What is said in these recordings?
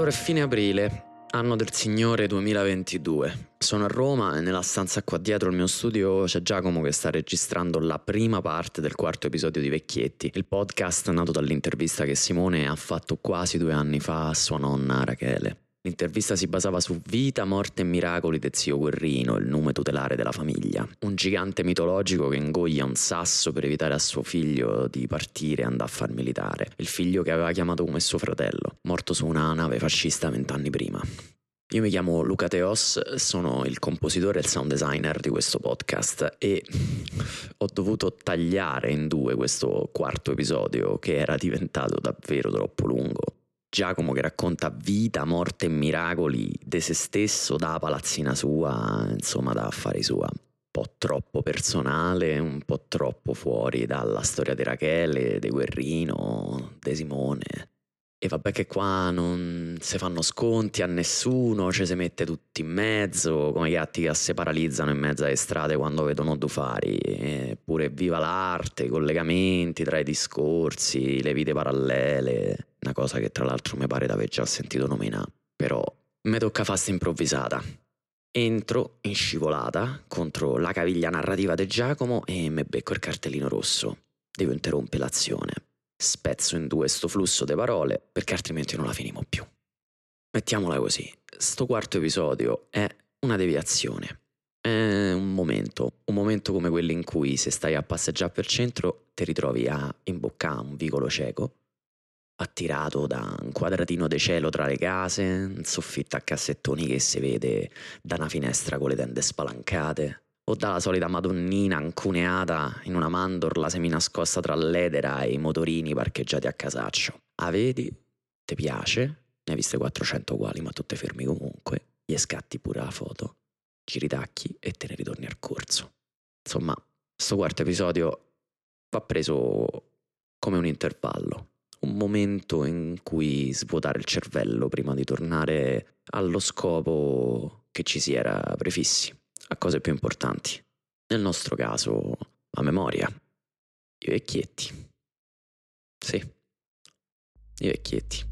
Allora è fine aprile, anno del Signore 2022. Sono a Roma e nella stanza qua dietro il mio studio c'è Giacomo che sta registrando la prima parte del quarto episodio di Vecchietti, il podcast nato dall'intervista che Simone ha fatto quasi 2 anni fa a sua nonna Rachele. L'intervista si basava su vita, morte e miracoli del zio Guerrino, il nume tutelare della famiglia. Un gigante mitologico che ingoglia un sasso per evitare a suo figlio di partire e andare a far militare. Il figlio che aveva chiamato come suo fratello, morto su una nave fascista 20 anni prima. Io mi chiamo Luca Teos, sono il compositore e il sound designer di questo podcast e ho dovuto tagliare in 2 questo quarto episodio che era diventato davvero troppo lungo. Giacomo che racconta vita, morte e miracoli di se stesso da palazzina sua, insomma da affari sua. Un po' troppo personale, un po' troppo fuori dalla storia di Rachele, di Guerrino, di Simone. E vabbè che qua non si fanno sconti a nessuno, ci si mette tutti in mezzo, come i gatti che si paralizzano in mezzo alle strade quando vedono Dufari. Eppure viva l'arte, i collegamenti tra i discorsi, le vite parallele, una cosa che tra l'altro mi pare di aver già sentito nominare. Però mi tocca fare sta improvvisata. Entro in scivolata contro la caviglia narrativa di Giacomo e mi becco il cartellino rosso. Devo interrompere l'azione. Spezzo in 2 sto flusso di parole perché altrimenti non la finimo più. Mettiamola così, sto quarto episodio è una deviazione, è un momento come quelli in cui se stai a passeggiare per centro ti ritrovi a imboccare un vicolo cieco, attirato da un quadratino di cielo tra le case, un soffitto a cassettoni che si vede da una finestra con le tende spalancate, o dalla solita madonnina incuneata in una mandorla seminascosta tra l'edera e i motorini parcheggiati a casaccio. A vedi, ti piace, ne hai viste 400 uguali ma tu te fermi comunque, gli scatti pure la foto, ci ritacchi e te ne ritorni al corso. Insomma, sto quarto episodio va preso come un intervallo, un momento in cui svuotare il cervello prima di tornare allo scopo che ci si era prefissi. A cose più importanti. Nel nostro caso, la memoria. I vecchietti. Sì, i vecchietti.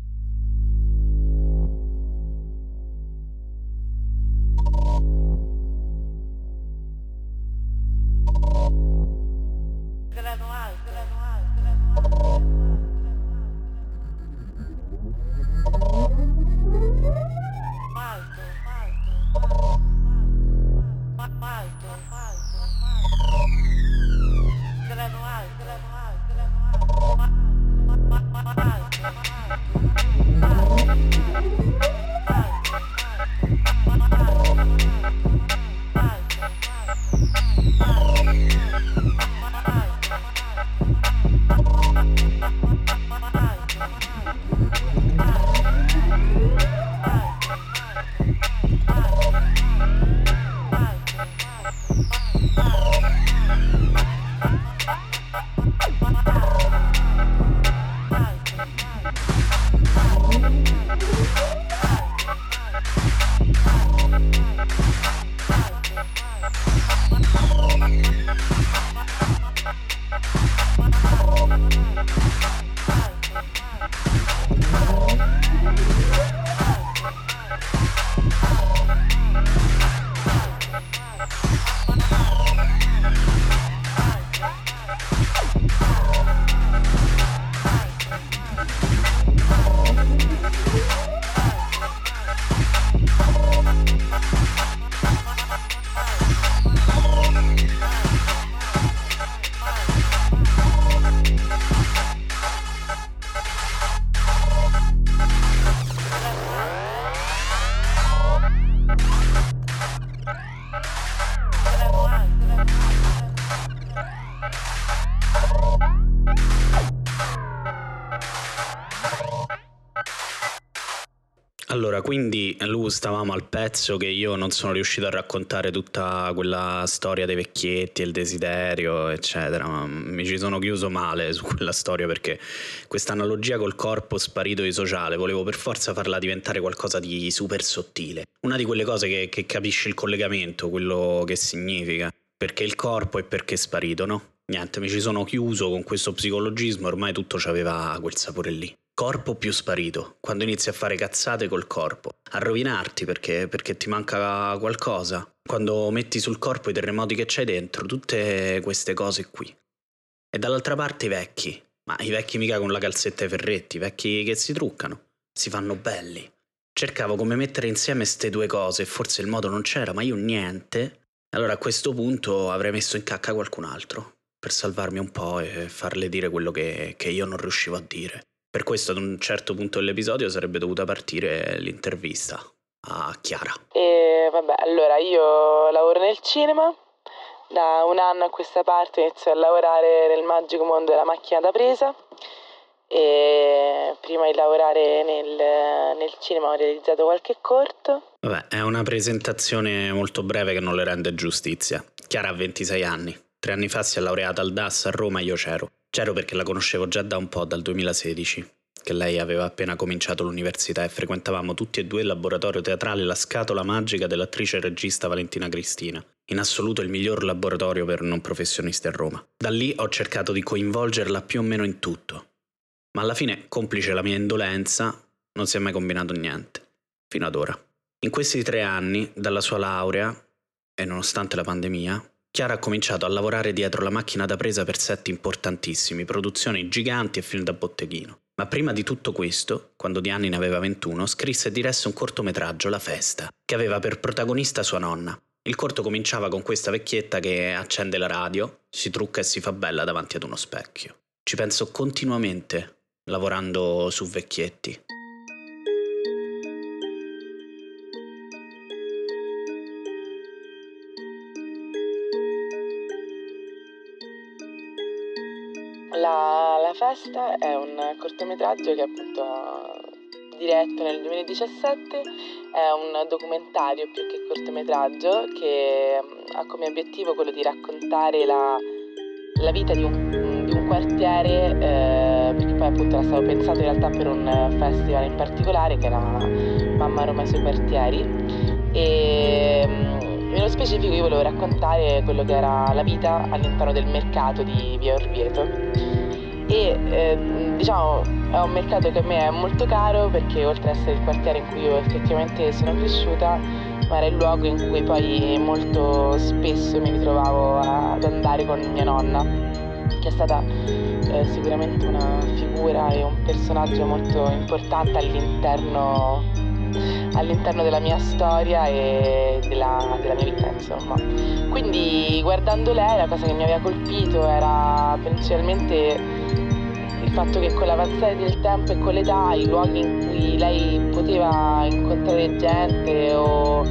Allora, quindi stavamo al pezzo che io non sono riuscito a raccontare tutta quella storia dei vecchietti e il desiderio, eccetera, ma mi ci sono chiuso male su quella storia perché questa analogia col corpo sparito di sociale volevo per forza farla diventare qualcosa di super sottile. Una di quelle cose che capisci il collegamento, quello che significa, perché il corpo e perché è sparito, no? Niente, mi ci sono chiuso con questo psicologismo, ormai tutto c'aveva quel sapore lì. corpo più sparito, quando inizi a fare cazzate col corpo, a rovinarti perché ti manca qualcosa, quando metti sul corpo i terremoti che c'hai dentro, tutte queste cose qui. E dall'altra parte i vecchi, ma i vecchi mica con la calzetta ai ferretti, i vecchi che si truccano, si fanno belli. Cercavo come mettere insieme ste due cose e forse il modo non c'era, ma io niente. Allora a questo punto avrei messo in cacca qualcun altro per salvarmi un po' e farle dire quello che io non riuscivo a dire. Per questo ad un certo punto dell'episodio sarebbe dovuta partire l'intervista a Chiara. E vabbè, allora io lavoro nel cinema, da un anno a questa parte inizio a lavorare nel magico mondo della macchina da presa e prima di lavorare nel cinema ho realizzato qualche corto. Vabbè, è una presentazione molto breve che non le rende giustizia. Chiara ha 26 anni. 3 anni fa si è laureata al DAS a Roma e io c'ero. C'ero perché la conoscevo già da un po', dal 2016, che lei aveva appena cominciato l'università e frequentavamo tutti e due il laboratorio teatrale La Scatola Magica dell'attrice e regista Valentina Cristina. In assoluto il miglior laboratorio per non professionisti a Roma. Da lì ho cercato di coinvolgerla più o meno in tutto. Ma alla fine, complice la mia indolenza, non si è mai combinato niente. Fino ad ora. In questi 3 anni, dalla sua laurea, e nonostante la pandemia, Chiara ha cominciato a lavorare dietro la macchina da presa per set importantissimi, produzioni giganti e film da botteghino. Ma prima di tutto questo, quando Dianni ne aveva 21, scrisse e diresse un cortometraggio, La Festa, che aveva per protagonista sua nonna. Il corto cominciava con questa vecchietta che accende la radio, si trucca e si fa bella davanti ad uno specchio. Ci penso continuamente, lavorando su vecchietti. La Festa è un cortometraggio che appunto diretto nel 2017, è un documentario più che cortometraggio che ha come obiettivo quello di raccontare la vita di un quartiere, perché poi appunto era stato pensato in realtà per un festival in particolare che era Mamma Roma sui quartieri e nello specifico io volevo raccontare quello che era la vita all'interno del mercato di Via Orvieto e diciamo è un mercato che a me è molto caro perché oltre ad essere il quartiere in cui io effettivamente sono cresciuta, ma era il luogo in cui poi molto spesso mi ritrovavo ad andare con mia nonna, che è stata sicuramente una figura e un personaggio molto importante all'interno della mia storia e della mia vita, insomma. Quindi guardando lei la cosa che mi aveva colpito era principalmente il fatto che con l'avanzare del tempo e con l'età i luoghi in cui lei poteva incontrare gente o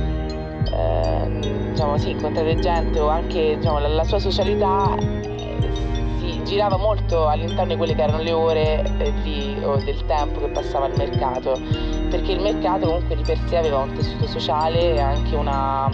incontrare gente o anche la sua socialità si girava molto all'interno di quelle che erano le ore o del tempo che passava al mercato, perché il mercato comunque di per sé aveva un tessuto sociale e anche una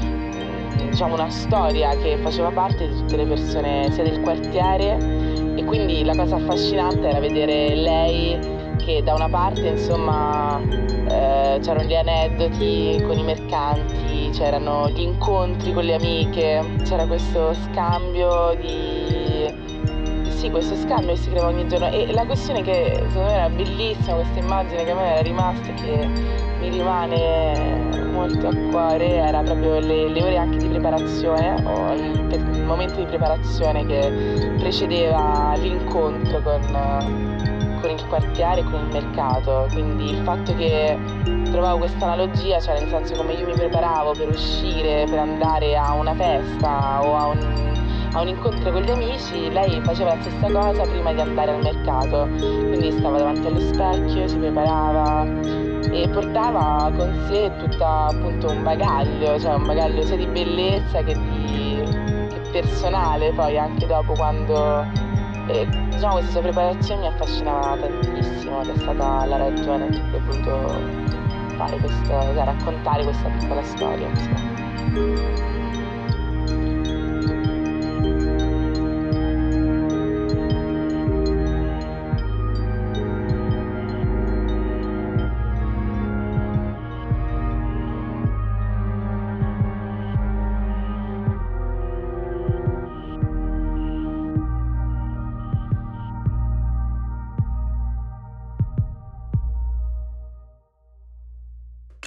storia che faceva parte di tutte le persone sia del quartiere, e quindi la cosa affascinante era vedere lei che da una parte insomma c'erano gli aneddoti con i mercanti, c'erano gli incontri con le amiche, c'era questo scambio questo scambio che si creava ogni giorno, e la questione che secondo me era bellissima, questa immagine che a me era rimasta e che mi rimane molto a cuore, era proprio le ore anche di preparazione o il momento di preparazione che precedeva l'incontro con il quartiere e con il mercato. Quindi il fatto che trovavo questa analogia, cioè nel senso come io mi preparavo per uscire, per andare a una festa o a un incontro con gli amici, lei faceva la stessa cosa prima di andare al mercato, quindi stava davanti allo specchio, si preparava e portava con sé tutto appunto un bagaglio sia di bellezza che personale, poi anche dopo quando questa sua preparazione mi affascinava tantissimo ed è stata la ragione per cui ho voluto fare raccontare questa piccola storia, insomma.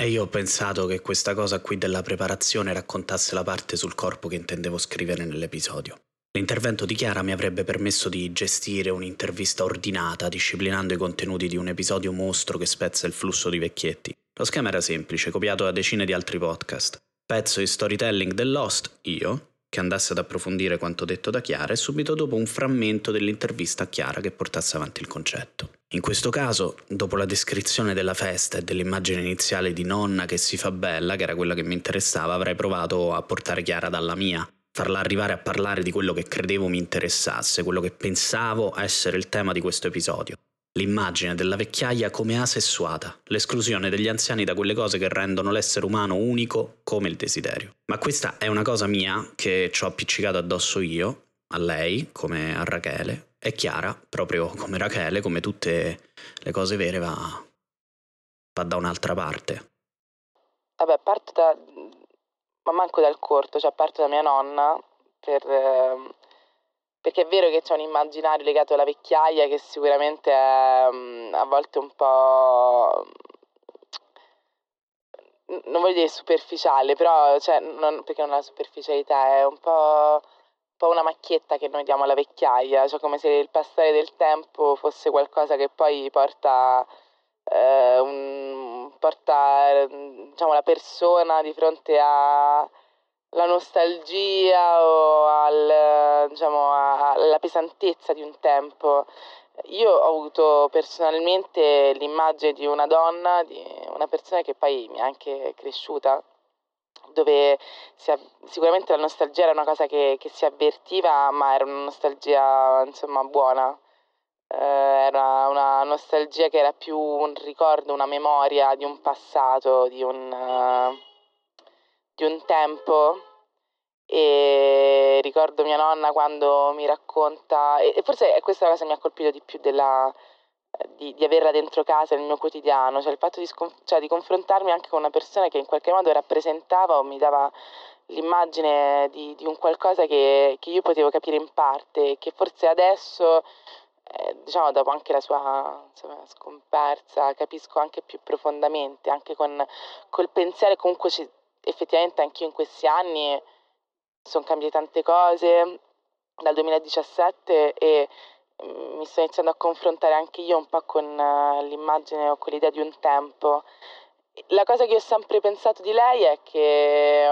E io ho pensato che questa cosa qui della preparazione raccontasse la parte sul corpo che intendevo scrivere nell'episodio. L'intervento di Chiara mi avrebbe permesso di gestire un'intervista ordinata, disciplinando i contenuti di un episodio mostro che spezza il flusso di Vecchietti. Lo schema era semplice, copiato da decine di altri podcast. Pezzo di storytelling dell'host, io, che andasse ad approfondire quanto detto da Chiara, e subito dopo un frammento dell'intervista a Chiara che portasse avanti il concetto. In questo caso, dopo la descrizione della festa e dell'immagine iniziale di nonna che si fa bella, che era quella che mi interessava, avrei provato a portare Chiara dalla mia, farla arrivare a parlare di quello che credevo mi interessasse, quello che pensavo essere il tema di questo episodio. L'immagine della vecchiaia come asessuata, l'esclusione degli anziani da quelle cose che rendono l'essere umano unico come il desiderio. Ma questa è una cosa mia che ci ho appiccicato addosso io, a lei, come a Rachele, e Chiara, proprio come Rachele, come tutte le cose vere, va da un'altra parte. Vabbè, ma manco dal corto, cioè parto da mia nonna perché è vero che c'è un immaginario legato alla vecchiaia che sicuramente è a volte un po', non voglio dire superficiale, però cioè, perché non è la superficialità, è un po' una macchietta che noi diamo alla vecchiaia, cioè come se il passare del tempo fosse qualcosa che poi porta diciamo, la persona di fronte alla nostalgia o alla pesantezza di un tempo. Io ho avuto personalmente l'immagine di una donna, di una persona che poi mi è anche cresciuta, dove sicuramente la nostalgia era una cosa che si avvertiva, ma era una nostalgia insomma buona. Era una nostalgia che era più un ricordo, una memoria di un passato, di un tempo. E ricordo mia nonna quando mi racconta, e forse è questa la cosa che mi ha colpito di più di averla dentro casa nel mio quotidiano, cioè il fatto di confrontarmi anche con una persona che in qualche modo rappresentava o mi dava l'immagine di un qualcosa che io potevo capire in parte e che forse adesso, diciamo dopo anche la sua insomma, scomparsa, capisco anche più profondamente, anche col pensiero. Comunque effettivamente anch'io in questi anni sono cambiate tante cose dal 2017 e mi sto iniziando a confrontare anche io un po' con l'immagine o con l'idea di un tempo. La cosa che ho sempre pensato di lei è che,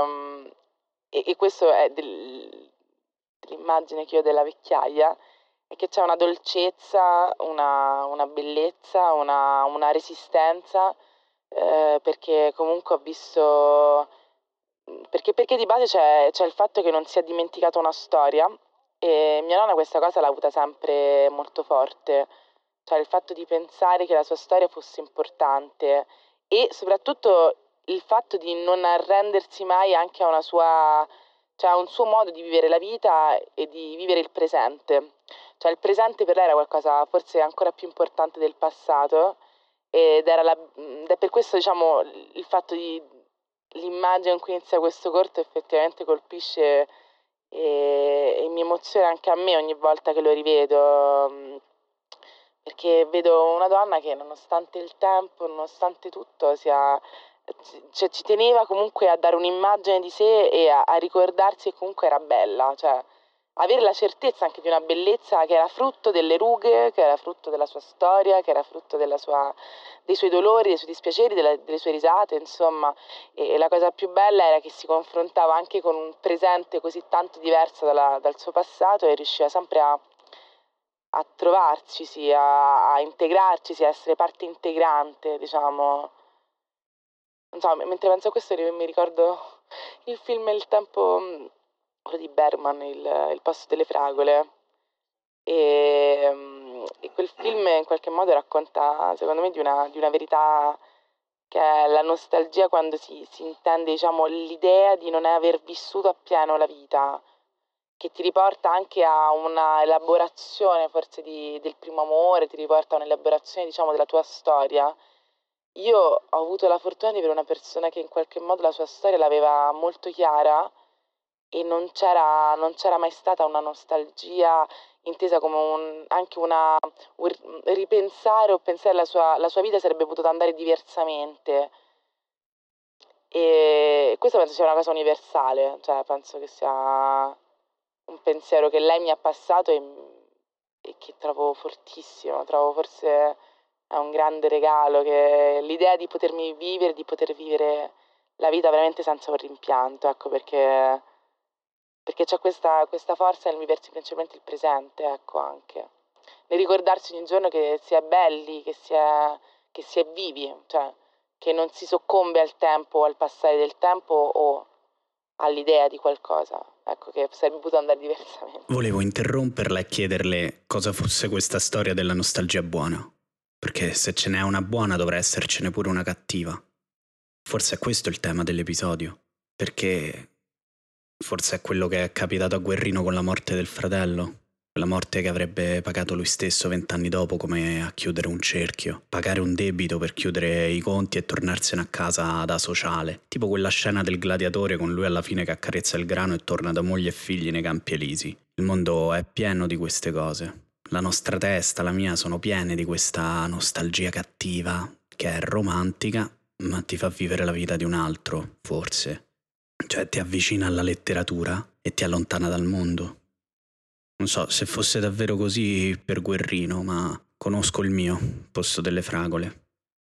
e questo è dell'immagine che io ho della vecchiaia, è che c'è una dolcezza, una bellezza, una resistenza, perché comunque ho visto perché di base c'è il fatto che non si è dimenticata una storia e mia nonna questa cosa l'ha avuta sempre molto forte, cioè il fatto di pensare che la sua storia fosse importante e soprattutto il fatto di non arrendersi mai anche a cioè a un suo modo di vivere la vita e di vivere il presente. Cioè il presente per lei era qualcosa forse ancora più importante del passato ed è per questo diciamo il fatto di l'immagine in cui inizia questo corto effettivamente colpisce e mi emoziona anche a me ogni volta che lo rivedo, perché vedo una donna che nonostante il tempo, nonostante tutto, cioè, ci teneva comunque a dare un'immagine di sé e a ricordarsi che comunque era bella, cioè avere la certezza anche di una bellezza che era frutto delle rughe, che era frutto della sua storia, che era frutto dei suoi dolori, dei suoi dispiaceri, delle sue risate, insomma. E la cosa più bella era che si confrontava anche con un presente così tanto diverso dal suo passato e riusciva sempre a trovarcisi, a integrarcisi, a essere parte integrante, diciamo. Non so, mentre penso a questo mi ricordo il film Il tempo, quello di Bergman, il posto delle fragole. E quel film in qualche modo racconta, secondo me, di una verità che è la nostalgia quando si intende, diciamo, l'idea di non aver vissuto appieno la vita, che ti riporta anche a una elaborazione forse del primo amore, ti riporta a un'elaborazione, diciamo, della tua storia. Io ho avuto la fortuna di avere una persona che in qualche modo la sua storia l'aveva molto chiara e non c'era mai stata una nostalgia intesa come anche un ripensare o pensare la sua vita sarebbe potuta andare diversamente. E questo penso sia una cosa universale, cioè penso che sia un pensiero che lei mi ha passato e che trovo fortissimo, trovo forse è un grande regalo, che l'idea di potermi vivere, di poter vivere la vita veramente senza un rimpianto, ecco, perché c'è questa forza nel viversi principalmente il presente, ecco, anche nel ricordarsi ogni giorno che si è belli, che si è vivi, cioè che non si soccombe al tempo o al passare del tempo o all'idea di qualcosa, ecco, che sarebbe potuto andare diversamente. Volevo interromperla e chiederle cosa fosse questa storia della nostalgia buona, perché se ce n'è una buona dovrà essercene pure una cattiva. Forse è questo il tema dell'episodio, perché forse è quello che è capitato a Guerrino con la morte del fratello. Quella morte che avrebbe pagato lui stesso 20 anni dopo, come a chiudere un cerchio, pagare un debito per chiudere i conti e tornarsene a casa da sociale, tipo quella scena del gladiatore con lui alla fine che accarezza il grano e torna da moglie e figli nei Campi Elisi. Il mondo è pieno di queste cose. La nostra testa, la mia, sono piene di questa nostalgia cattiva, che è romantica, ma ti fa vivere la vita di un altro, forse. Cioè ti avvicina alla letteratura e ti allontana dal mondo. Non so se fosse davvero così per Guerrino, ma conosco il mio, Posto delle Fragole.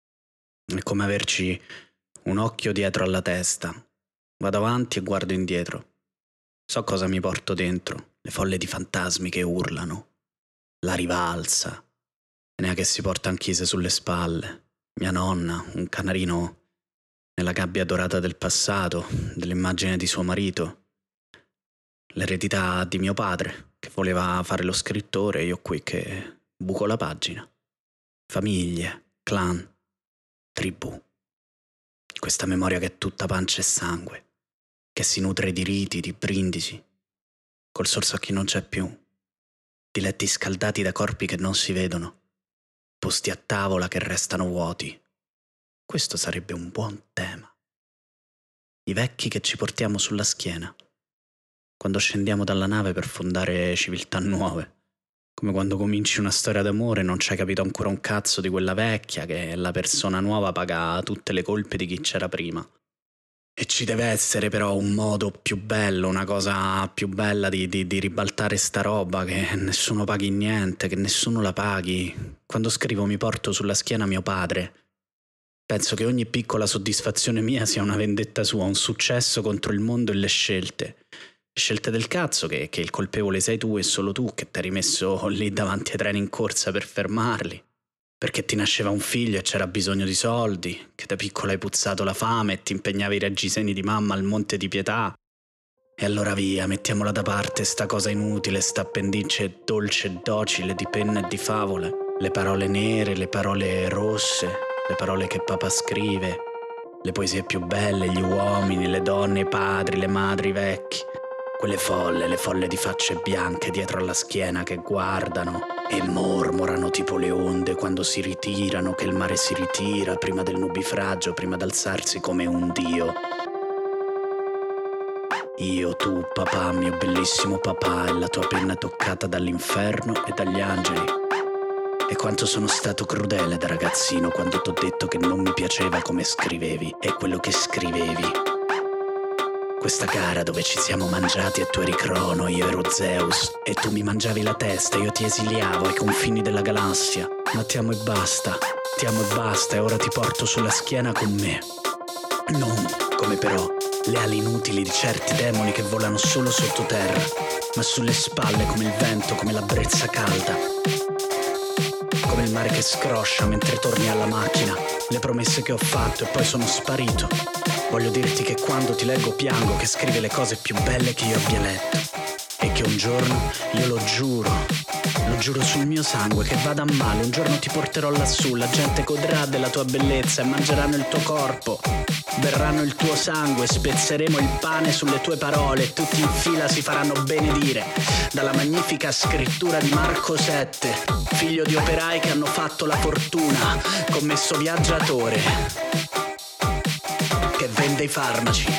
È come averci un occhio dietro alla testa. Vado avanti e guardo indietro. So cosa mi porto dentro, le folle di fantasmi che urlano, la rivalsa, Enea che si porta anch'ise sulle spalle, mia nonna, un canarino nella gabbia dorata del passato, dell'immagine di suo marito, l'eredità di mio padre, che voleva fare lo scrittore, io qui che buco la pagina. Famiglie, clan, tribù. Questa memoria che è tutta pancia e sangue, che si nutre di riti, di brindisi, col sorso a chi non c'è più, di letti scaldati da corpi che non si vedono, posti a tavola che restano vuoti. Questo sarebbe un buon tema. I vecchi che ci portiamo sulla schiena, quando scendiamo dalla nave per fondare civiltà nuove. Come quando cominci una storia d'amore e non ci hai capito ancora un cazzo di quella vecchia, che la persona nuova paga tutte le colpe di chi c'era prima. E ci deve essere però un modo più bello, una cosa più bella di ribaltare sta roba, che nessuno paghi niente, che nessuno la paghi. Quando scrivo mi porto sulla schiena mio padre. Penso che ogni piccola soddisfazione mia sia una vendetta sua, un successo contro il mondo e le scelte. Scelte del cazzo che il colpevole sei tu e solo tu, che ti hai rimesso lì davanti ai treni in corsa per fermarli, perché ti nasceva un figlio e c'era bisogno di soldi, che da piccola hai puzzato la fame e ti impegnavi i reggiseni di mamma al Monte di Pietà. E allora via, mettiamola da parte sta cosa inutile, sta appendice dolce e docile di penna e di favole, le parole nere, le parole rosse, le parole che papà scrive, le poesie più belle, gli uomini, le donne, i padri, le madri, i vecchi. Quelle folle, le folle di facce bianche dietro alla schiena che guardano e mormorano tipo le onde quando si ritirano, che il mare si ritira prima del nubifragio, prima d'alzarsi come un dio. Io, tu, papà, mio bellissimo papà, e la tua penna toccata dall'inferno e dagli angeli. E quanto sono stato crudele da ragazzino quando t'ho detto che non mi piaceva come scrivevi e quello che scrivevi. Questa gara dove ci siamo mangiati e tu eri Crono, io ero Zeus, e tu mi mangiavi la testa, io ti esiliavo ai confini della galassia. Ma ti amo e basta, e ora ti porto sulla schiena con me. Non come però le ali inutili di certi demoni che volano solo sottoterra, ma sulle spalle come il vento, come la brezza calda, come il mare che scroscia mentre torni alla macchina, le promesse che ho fatto e poi sono sparito. Voglio dirti che quando ti leggo piango, che scrivi le cose più belle che io abbia letto, e che un giorno, io lo giuro sul mio sangue, che vada a male, un giorno ti porterò lassù, la gente godrà della tua bellezza e mangeranno il tuo corpo, berranno il tuo sangue, spezzeremo il pane sulle tue parole e tutti in fila si faranno benedire dalla magnifica scrittura di Marco 7, figlio di operai che hanno fatto la fortuna, commesso viaggiatore che vende i farmaci.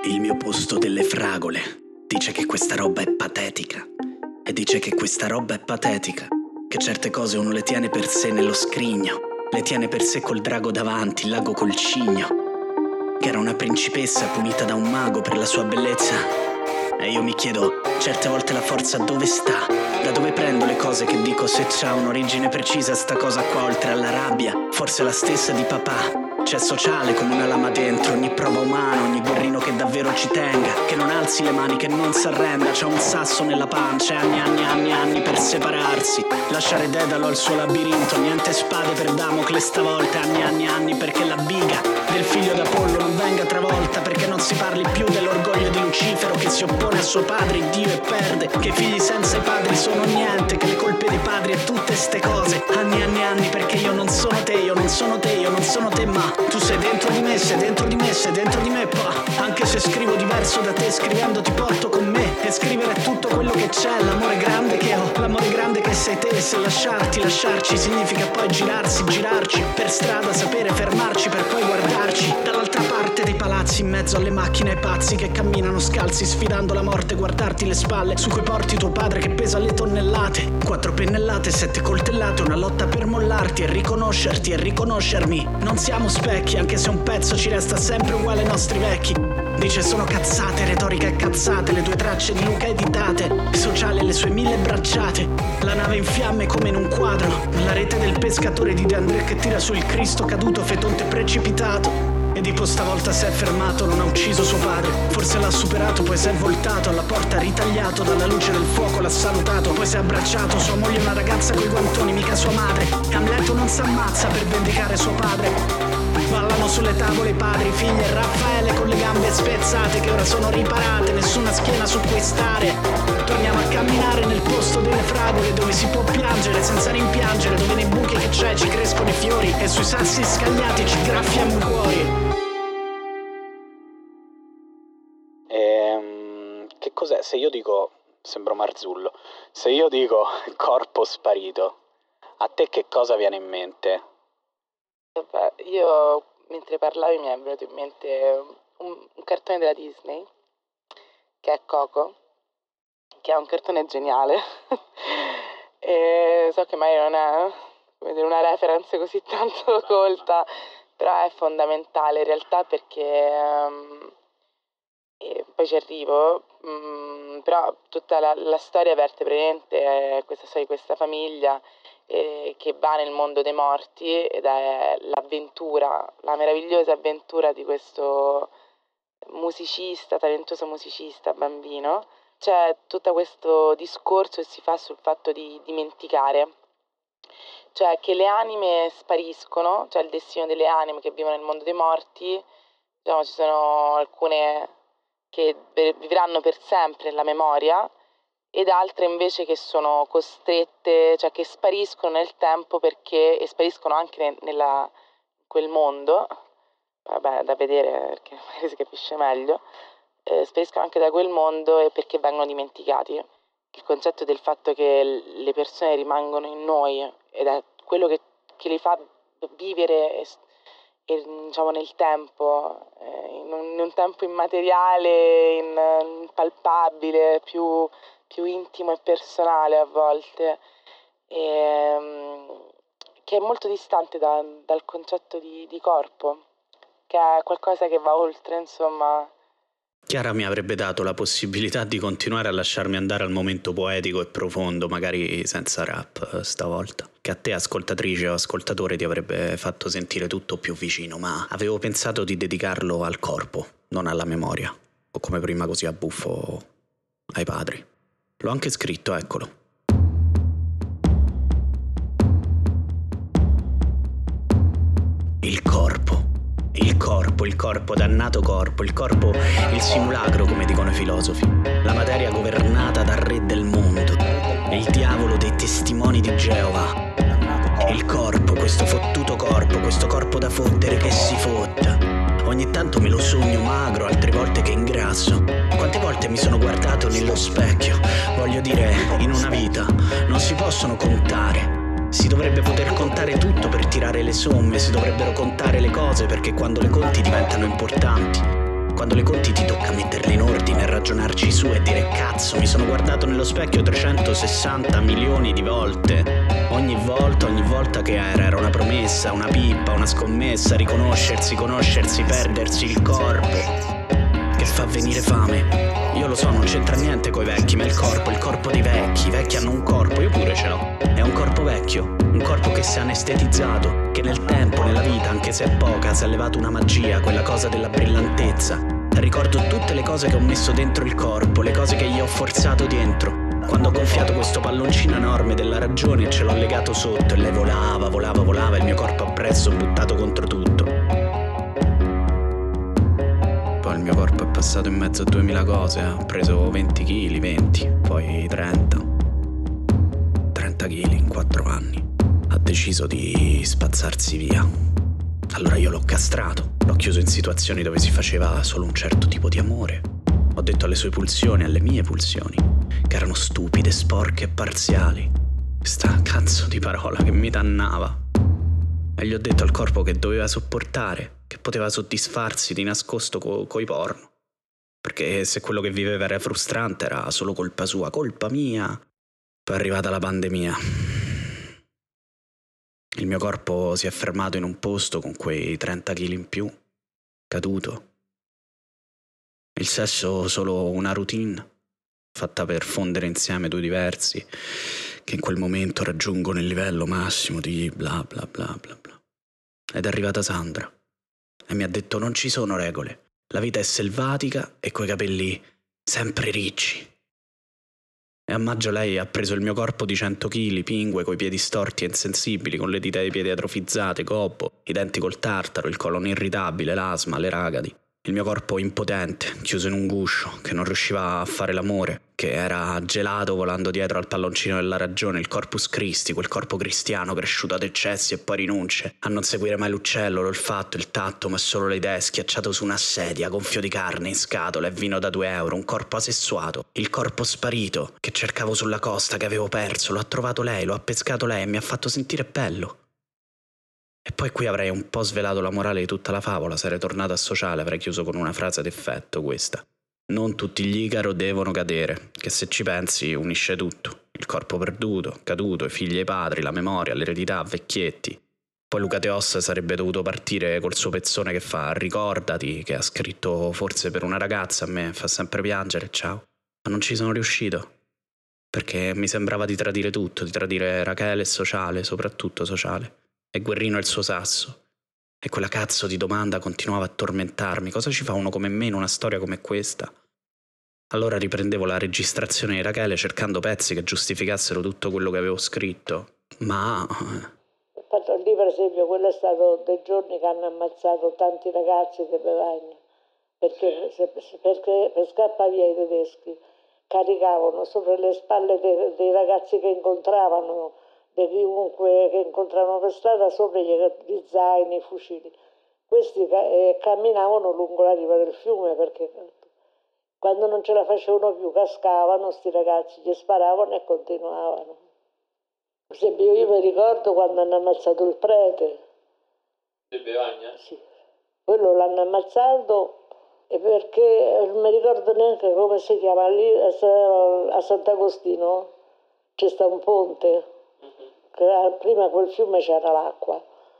Il mio posto delle fragole dice che questa roba è patetica. E dice che questa roba è patetica, che certe cose uno le tiene per sé nello scrigno, le tiene per sé col drago davanti, il lago col cigno, che era una principessa punita da un mago per la sua bellezza. E io mi chiedo, certe volte la forza dove sta? Da dove prendo le cose che dico? Se c'ha un'origine precisa sta cosa qua, oltre alla rabbia, forse la stessa di papà. C'è sociale come una lama dentro ogni prova umana, ogni guerrino che davvero ci tenga, che non alzi le mani, che non s'arrenda. C'è un sasso nella pancia, anni per separarsi, lasciare Dedalo al suo labirinto. Niente spade per Damocle stavolta, anni perché la biga del figlio d'Apollo non venga travolta, perché non si parli più dell'orgoglio di Lucifero che si oppone a suo padre Dio e perde, che i figli senza i padri sono niente, che le colpe dei padri e tutte ste cose. Anni perché io non sono te, io non sono te, io non sono te, ma tu sei dentro di me, sei dentro di me, sei dentro di me, anche se scrivo diverso da te, scrivendo ti porto con me. E scrivere è tutto quello che c'è, l'amore grande che ho, l'amore grande che sei te. Se lasciarci significa poi girarci per strada, sapere fermarci per poi guardarci dall'altra parte dei palazzi, in mezzo alle macchine ai pazzi che camminano scalzi sfidando la morte, guardarti le spalle su cui porti tuo padre che pesa le tonnellate, 4 pennellate, 7 coltellate, una lotta per mollarti e riconoscerti e riconoscermi. Non siamo specchi, anche se un pezzo ci resta sempre uguale ai nostri vecchi. Dice sono cazzate, retorica e cazzate, le 2 tracce di Luca editate, sociale le sue 1000 bracciate, la nave in fiamme come in un quadro, la rete del pescatore di De André che tira sul Cristo caduto, fetonte precipitato. Edipo stavolta si è fermato, non ha ucciso suo padre, forse l'ha superato, poi si è voltato, alla porta ritagliato, dalla luce del fuoco l'ha salutato, poi si è abbracciato, sua moglie è una ragazza coi guantoni, mica sua madre. Amleto non s'ammazza per vendicare suo padre. Ballano sulle tavole i padri, figli e Raffaele con le gambe spezzate che ora sono riparate, nessuna schiena su cui stare. Torniamo a camminare nel posto delle fragole, dove si può piangere senza rimpiangere, dove nei buchi che c'è ci crescono i fiori e sui sassi scagliati ci graffiamo i cuori. Che cos'è? Se io dico, sembro Marzullo, se io dico corpo sparito, a te che cosa viene in mente? Vabbè, io mentre parlavi mi è venuto in mente un cartone della Disney, che è Coco, che è un cartone geniale. E so che magari non è, come dire, una reference così tanto colta, però è fondamentale in realtà perché... E poi ci arrivo, però tutta la storia verte praticamente questa storia di questa famiglia che va nel mondo dei morti ed è l'avventura, la meravigliosa avventura di questo musicista, talentuoso musicista, bambino. C'è tutto questo discorso che si fa sul fatto di dimenticare, cioè che le anime spariscono, cioè il destino delle anime che vivono nel mondo dei morti, diciamo ci sono alcune che vivranno per sempre nella memoria ed altre invece che sono costrette, cioè che spariscono nel tempo perché e spariscono anche in quel mondo, vabbè da vedere perché magari si capisce meglio, spariscono anche da quel mondo e perché vengono dimenticati. Il concetto del fatto che le persone rimangono in noi ed è quello che li fa vivere e diciamo nel tempo, in un tempo immateriale, impalpabile, più intimo e personale a volte, che è molto distante dal concetto di corpo, che è qualcosa che va oltre, insomma. Chiara mi avrebbe dato la possibilità di continuare a lasciarmi andare al momento poetico e profondo, magari senza rap stavolta, che a te ascoltatrice o ascoltatore ti avrebbe fatto sentire tutto più vicino, ma avevo pensato di dedicarlo al corpo, non alla memoria, o come prima così a buffo ai padri. L'ho anche scritto, eccolo. Il corpo, dannato corpo, il corpo, il simulacro, come dicono i filosofi, la materia governata dal re del mondo, il diavolo dei testimoni di Geova. Il corpo, questo fottuto corpo, questo corpo da fottere che si fotta. Ogni tanto me lo sogno magro, altre volte che ingrasso. Quante volte mi sono guardato nello specchio? Voglio dire, in una vita non si possono contare. Si dovrebbe poter contare tutto per tirare le somme, si dovrebbero contare le cose perché quando le conti diventano importanti. Quando le conti ti tocca metterle in ordine, ragionarci su e dire cazzo, mi sono guardato nello specchio 360 milioni di volte. Ogni volta che era una promessa, una pippa, una scommessa, riconoscersi, conoscersi, perdersi il corpo che fa venire fame. Io lo so, non c'entra niente coi vecchi, ma il corpo dei vecchi. I vecchi hanno un corpo, io pure ce l'ho. È un corpo vecchio, un corpo che si è anestetizzato, che nel tempo, nella vita, anche se è poca, si è levato una magia, quella cosa della brillantezza. Ricordo tutte le cose che ho messo dentro il corpo, le cose che gli ho forzato dentro. Quando ho gonfiato questo palloncino enorme della ragione e ce l'ho legato sotto e lei volava, il mio corpo appresso buttato contro tutto. Poi il mio corpo è passato in mezzo a 2000 cose, ha preso 20 kg, 20, poi 30 kg in 4 anni. Ha deciso di spazzarsi via. Allora io l'ho castrato, l'ho chiuso in situazioni dove si faceva solo un certo tipo di amore. Ho detto alle sue pulsioni, alle mie pulsioni, che erano stupide, sporche e parziali. Questa cazzo di parola che mi dannava. E gli ho detto al corpo che doveva sopportare, che poteva soddisfarsi di nascosto coi porno. Perché se quello che viveva era frustrante era solo colpa sua, colpa mia. Poi è arrivata la pandemia. Il mio corpo si è fermato in un posto con quei 30 kg in più, caduto. Il sesso solo una routine, fatta per fondere insieme due diversi, che in quel momento raggiungono il livello massimo di bla bla bla bla bla. Ed è arrivata Sandra e mi ha detto non ci sono regole, la vita è selvatica e coi capelli sempre ricci. E a maggio lei ha preso il mio corpo di 100 kg, pingue, coi piedi storti e insensibili, con le dita dei piedi atrofizzate, gobbo, i denti col tartaro, il colon irritabile, l'asma, le ragadi. Il mio corpo impotente, chiuso in un guscio, che non riusciva a fare l'amore, che era gelato volando dietro al palloncino della ragione, il corpus Christi, quel corpo cristiano cresciuto ad eccessi e poi rinunce, a non seguire mai l'uccello, l'olfatto, il tatto, ma solo le idee, schiacciato su una sedia, gonfio di carne in scatola e vino da 2 euro, un corpo asessuato, il corpo sparito, che cercavo sulla costa, che avevo perso, lo ha trovato lei, lo ha pescato lei e mi ha fatto sentire bello. E poi qui avrei un po' svelato la morale di tutta la favola, sarei tornato a sociale, avrei chiuso con una frase d'effetto questa. Non tutti gli Icaro devono cadere, che se ci pensi unisce tutto. Il corpo perduto, caduto, i figli e i padri, la memoria, l'eredità, vecchietti. Poi Luca Teossa sarebbe dovuto partire col suo pezzone che fa ricordati, che ha scritto forse per una ragazza, a me fa sempre piangere, ciao. Ma non ci sono riuscito, perché mi sembrava di tradire tutto, di tradire Rachele e sociale, soprattutto sociale. E Guerrino e il suo sasso. E quella cazzo di domanda continuava a tormentarmi. Cosa ci fa uno come me in una storia come questa? Allora riprendevo la registrazione di Rachele cercando pezzi che giustificassero tutto quello che avevo scritto. Ma... Lì per esempio quello è stato dei giorni che hanno ammazzato tanti ragazzi di Bevagna. Perché per scappare via i tedeschi caricavano sopra le spalle dei ragazzi che incontravano, di chiunque che incontravano per strada, sopra gli zaini, i fucili. Questi camminavano lungo la riva del fiume perché quando non ce la facevano più cascavano, sti ragazzi gli sparavano e continuavano. Per esempio io mi ricordo quando hanno ammazzato il prete. Di Bevagna? Sì. Quello l'hanno ammazzato e perché non mi ricordo neanche come si chiama, lì a Sant'Agostino c'è sta un ponte. Prima quel fiume c'era l'acqua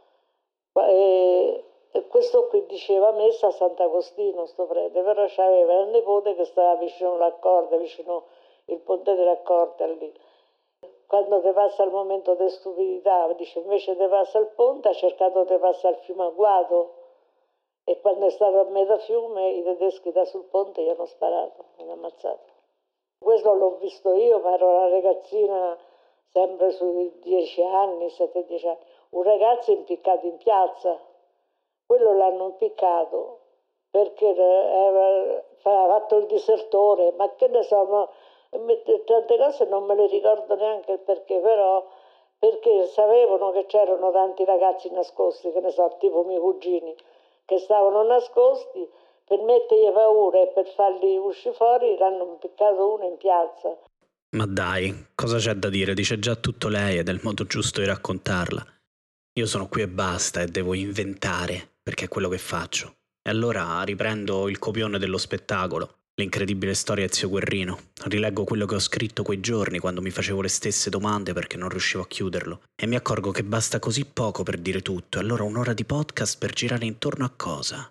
e questo qui diceva messa a Sant'Agostino sto prete, però c'aveva il nipote che stava vicino all'accordo, vicino il ponte della corda lì. Quando ti passa il momento di stupidità, dice invece ti passa il ponte, ha cercato di passare il fiume agguato e quando è stato a metà fiume i tedeschi da sul ponte gli hanno sparato, mi hanno ammazzato. Questo l'ho visto io, ma ero una ragazzina sempre sui 10 anni, 7-10 anni, un ragazzo impiccato in piazza. Quello l'hanno impiccato perché aveva fatto il disertore, ma che ne so, ma tante cose non me le ricordo neanche il perché, però perché sapevano che c'erano tanti ragazzi nascosti, che ne so, tipo miei cugini, che stavano nascosti, per mettergli paura e per farli uscire fuori l'hanno impiccato uno in piazza. Ma dai, cosa c'è da dire? Dice già tutto lei ed è il modo giusto di raccontarla. Io sono qui e basta e devo inventare, perché è quello che faccio. E allora riprendo il copione dello spettacolo, l'incredibile storia di zio Guerrino. Rileggo quello che ho scritto quei giorni quando mi facevo le stesse domande perché non riuscivo a chiuderlo. E mi accorgo che basta così poco per dire tutto. E allora un'ora di podcast per girare intorno a cosa?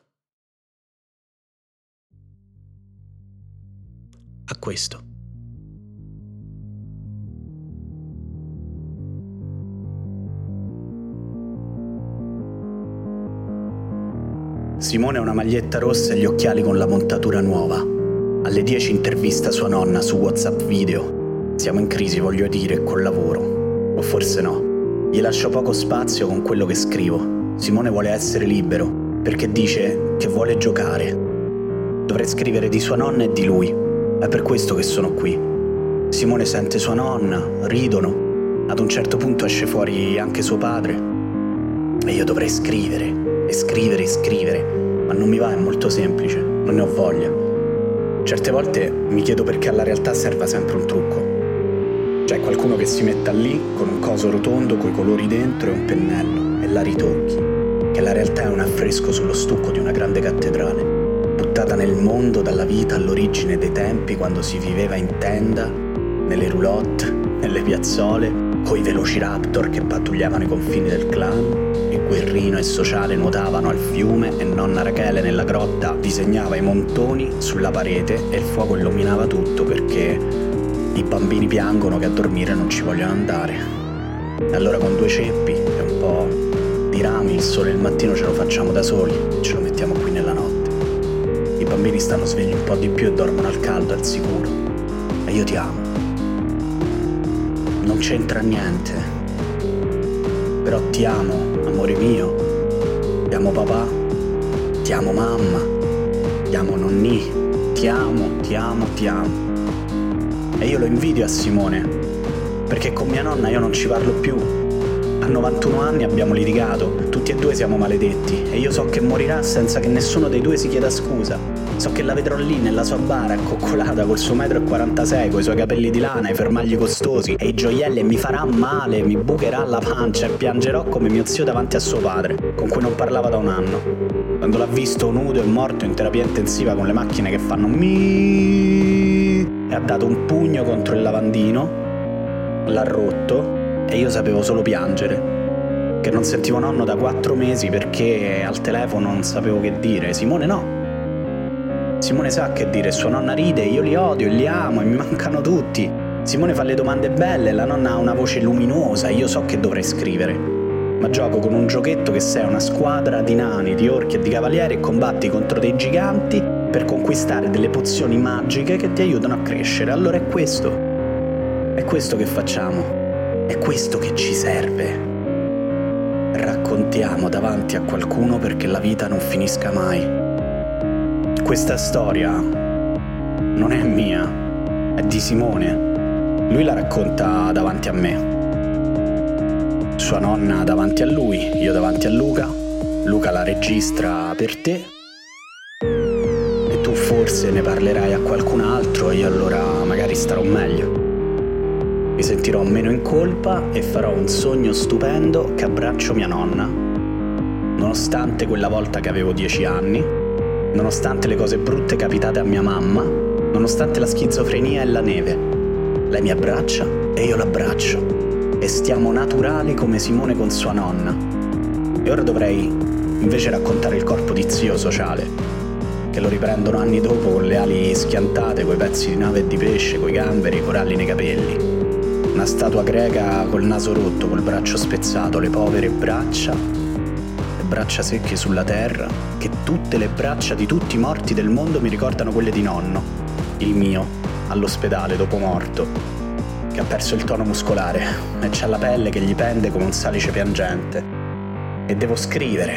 A questo. Simone ha una maglietta rossa e gli occhiali con la montatura nuova. Alle 10 intervista sua nonna su WhatsApp video. Siamo in crisi, voglio dire, col lavoro. O forse no. Gli lascio poco spazio con quello che scrivo. Simone vuole essere libero, perché dice che vuole giocare. Dovrei scrivere di sua nonna e di lui. È per questo che sono qui. Simone sente sua nonna, ridono. Ad un certo punto esce fuori anche suo padre. E io dovrei scrivere. E scrivere, ma non mi va, è molto semplice, non ne ho voglia. Certe volte mi chiedo perché alla realtà serva sempre un trucco. C'è qualcuno che si metta lì con un coso rotondo coi colori dentro e un pennello e la ritocchi, che la realtà è un affresco sullo stucco di una grande cattedrale, buttata nel mondo dalla vita all'origine dei tempi quando si viveva in tenda, nelle roulotte, nelle piazzole, coi velociraptor che pattugliavano i confini del clan, e Guerrino e Sociale nuotavano al fiume e nonna Rachele nella grotta disegnava i montoni sulla parete e il fuoco illuminava tutto perché i bambini piangono che a dormire non ci vogliono andare. E allora con 2 ceppi e un po' di rami il sole il mattino ce lo facciamo da soli e ce lo mettiamo qui nella notte. I bambini stanno svegli un po' di più e dormono al caldo, al sicuro. E io ti amo. Non c'entra niente, però ti amo, amore mio, ti amo papà, ti amo mamma, ti amo nonni, ti amo. E io lo invidio a Simone, perché con mia nonna io non ci parlo più. A 91 anni abbiamo litigato, tutti e 2 siamo maledetti, e io so che morirà senza che nessuno dei 2 si chieda scusa. So che la vedrò lì nella sua bara, accoccolata col suo 1,46 m, coi suoi capelli di lana, i fermagli costosi e i gioielli, e mi farà male, mi bucherà la pancia e piangerò come mio zio davanti a suo padre, con cui non parlava da un anno. Quando l'ha visto nudo e morto in terapia intensiva con le macchine che fanno mi e ha dato un pugno contro il lavandino, l'ha rotto e io sapevo solo piangere, che non sentivo nonno da 4 mesi perché al telefono non sapevo che dire. Simone no. Simone sa che dire, sua nonna ride, io li odio e li amo e mi mancano tutti. Simone fa le domande belle, la nonna ha una voce luminosa, io so che dovrei scrivere. Ma gioco con un giochetto che sei una squadra di nani, di orchi e di cavalieri e combatti contro dei giganti per conquistare delle pozioni magiche che ti aiutano a crescere. Allora è questo che facciamo, è questo che ci serve. Raccontiamo davanti a qualcuno perché la vita non finisca mai. Questa storia non è mia, è di Simone. Lui la racconta davanti a me. Sua nonna davanti a lui, io davanti a Luca. Luca la registra per te. E tu forse ne parlerai a qualcun altro e io allora magari starò meglio. Mi sentirò meno in colpa e farò un sogno stupendo che abbraccio mia nonna. Nonostante quella volta che avevo 10 anni, nonostante le cose brutte capitate a mia mamma, nonostante la schizofrenia e la neve. Lei mi abbraccia e io l'abbraccio. E stiamo naturali come Simone con sua nonna. E ora dovrei invece raccontare il corpo di zio Sociale, che lo riprendono anni dopo con le ali schiantate, coi pezzi di nave e di pesce, coi gamberi e i coralli nei capelli. Una statua greca col naso rotto, col braccio spezzato, le povere braccia secche sulla terra, che tutte le braccia di tutti i morti del mondo mi ricordano quelle di nonno, il mio, all'ospedale dopo morto, che ha perso il tono muscolare e c'ha la pelle che gli pende come un salice piangente. E devo scrivere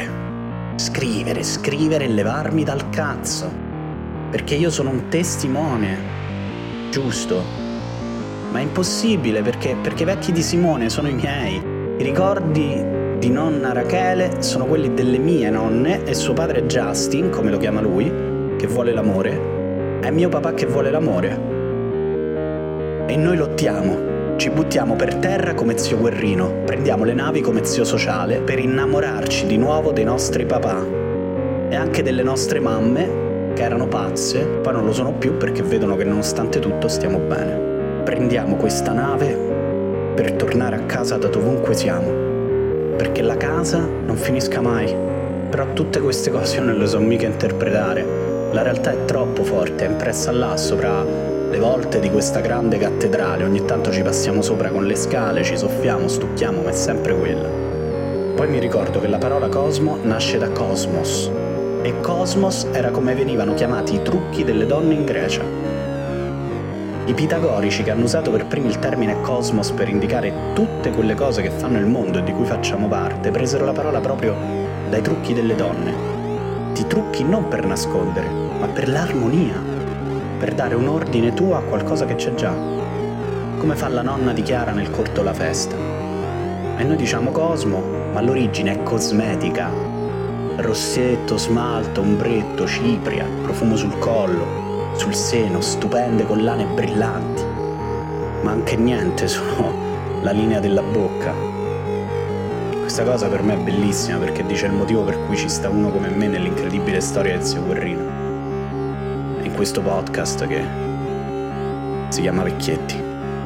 e levarmi dal cazzo, perché io sono un testimone, giusto? Ma è impossibile perché i vecchi di Simone sono i miei, i ricordi di nonna Rachele sono quelli delle mie nonne e suo padre Justin, come lo chiama lui, che vuole l'amore, è mio papà che vuole l'amore. E noi lottiamo, ci buttiamo per terra come zio Guerrino, prendiamo le navi come zio Sociale per innamorarci di nuovo dei nostri papà. e anche delle nostre mamme che erano pazze, poi non lo sono più perché vedono che nonostante tutto stiamo bene. Prendiamo questa nave per tornare a casa da dovunque siamo, perché la casa non finisca mai. Però tutte queste cose io non le so mica interpretare, la realtà è troppo forte, è impressa là sopra le volte di questa grande cattedrale, ogni tanto ci passiamo sopra con le scale, ci soffiamo, stucchiamo, ma è sempre quella. Poi mi ricordo che la parola cosmo nasce da cosmos, e cosmos era come venivano chiamati i trucchi delle donne in Grecia. I pitagorici, che hanno usato per primi il termine cosmos per indicare tutte quelle cose che fanno il mondo e di cui facciamo parte, presero la parola proprio dai trucchi delle donne. Ti trucchi non per nascondere, ma per l'armonia, per dare un ordine tuo a qualcosa che c'è già, come fa la nonna di Chiara nel corto La Festa. E noi diciamo cosmo, ma l'origine è cosmetica. Rossetto, smalto, ombretto, cipria, profumo sul collo, sul seno, stupende collane brillanti. Ma anche niente, sono la linea della bocca. Questa cosa per me è bellissima perché dice il motivo per cui ci sta uno come me nell'incredibile storia del Zio Guerrino. E in questo podcast che si chiama Vecchietti.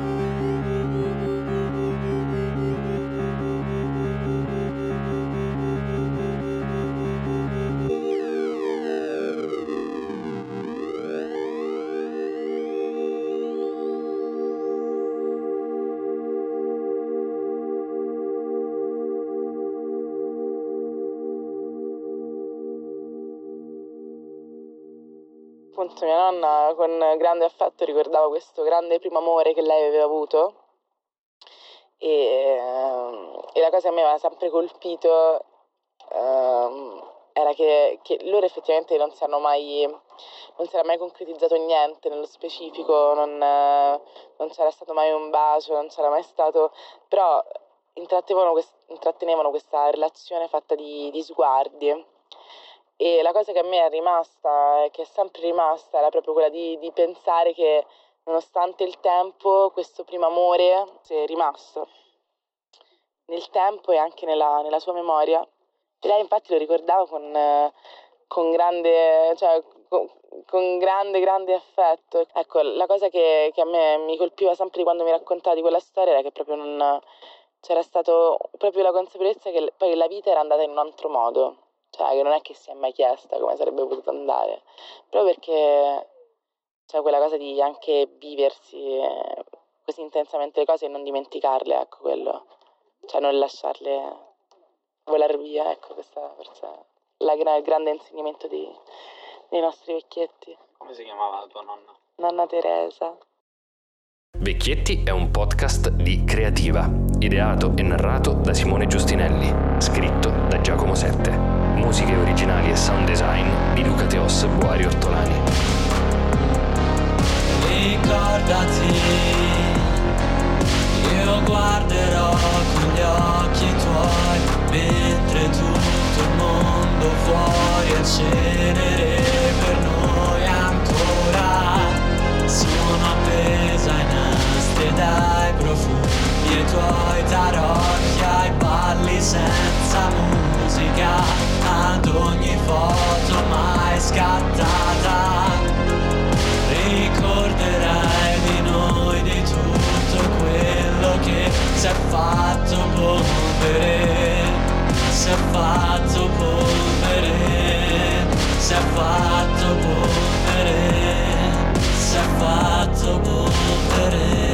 Appunto mia nonna con grande affetto ricordava questo grande primo amore che lei aveva avuto e la cosa che mi aveva sempre colpito era che loro effettivamente non si era mai concretizzato niente nello specifico, non c'era stato mai un bacio, non c'era mai stato, però intrattenevano questa relazione fatta di sguardi. E la cosa che a me è rimasta, che è sempre rimasta, era proprio quella di pensare che nonostante il tempo questo primo amore è rimasto nel tempo e anche nella sua memoria. E lei infatti lo ricordava con grande, cioè, con grande affetto. Ecco, la cosa che a me mi colpiva sempre quando mi raccontava di quella storia era che proprio non c'era stato proprio la consapevolezza che poi la vita era andata in un altro modo. Cioè, che non è che si è mai chiesta come sarebbe potuto andare, proprio perché c'è quella cosa di anche viversi così intensamente le cose e non dimenticarle, ecco quello. Cioè, non lasciarle volare via, ecco, questo forse è il grande insegnamento dei nostri vecchietti. Come si chiamava la tua nonna? Nonna Teresa. Vecchietti è un podcast di Creativa, ideato e narrato da Simone Giustinelli, scritto da Giacomo Sette. Musiche originali e sound design di Luca Teos Boari Ortolani. Ricordati, io guarderò con gli occhi tuoi mentre tutto il mondo fuori è cenere per noi ancora. Sono appesa ai nastri e dai profumi e tuoi tarocchi ai balli senza musica. Ad ogni foto mai scattata ricorderai di noi, di tutto quello che si è fatto polvere, si è fatto polvere, si è fatto polvere, si è fatto polvere.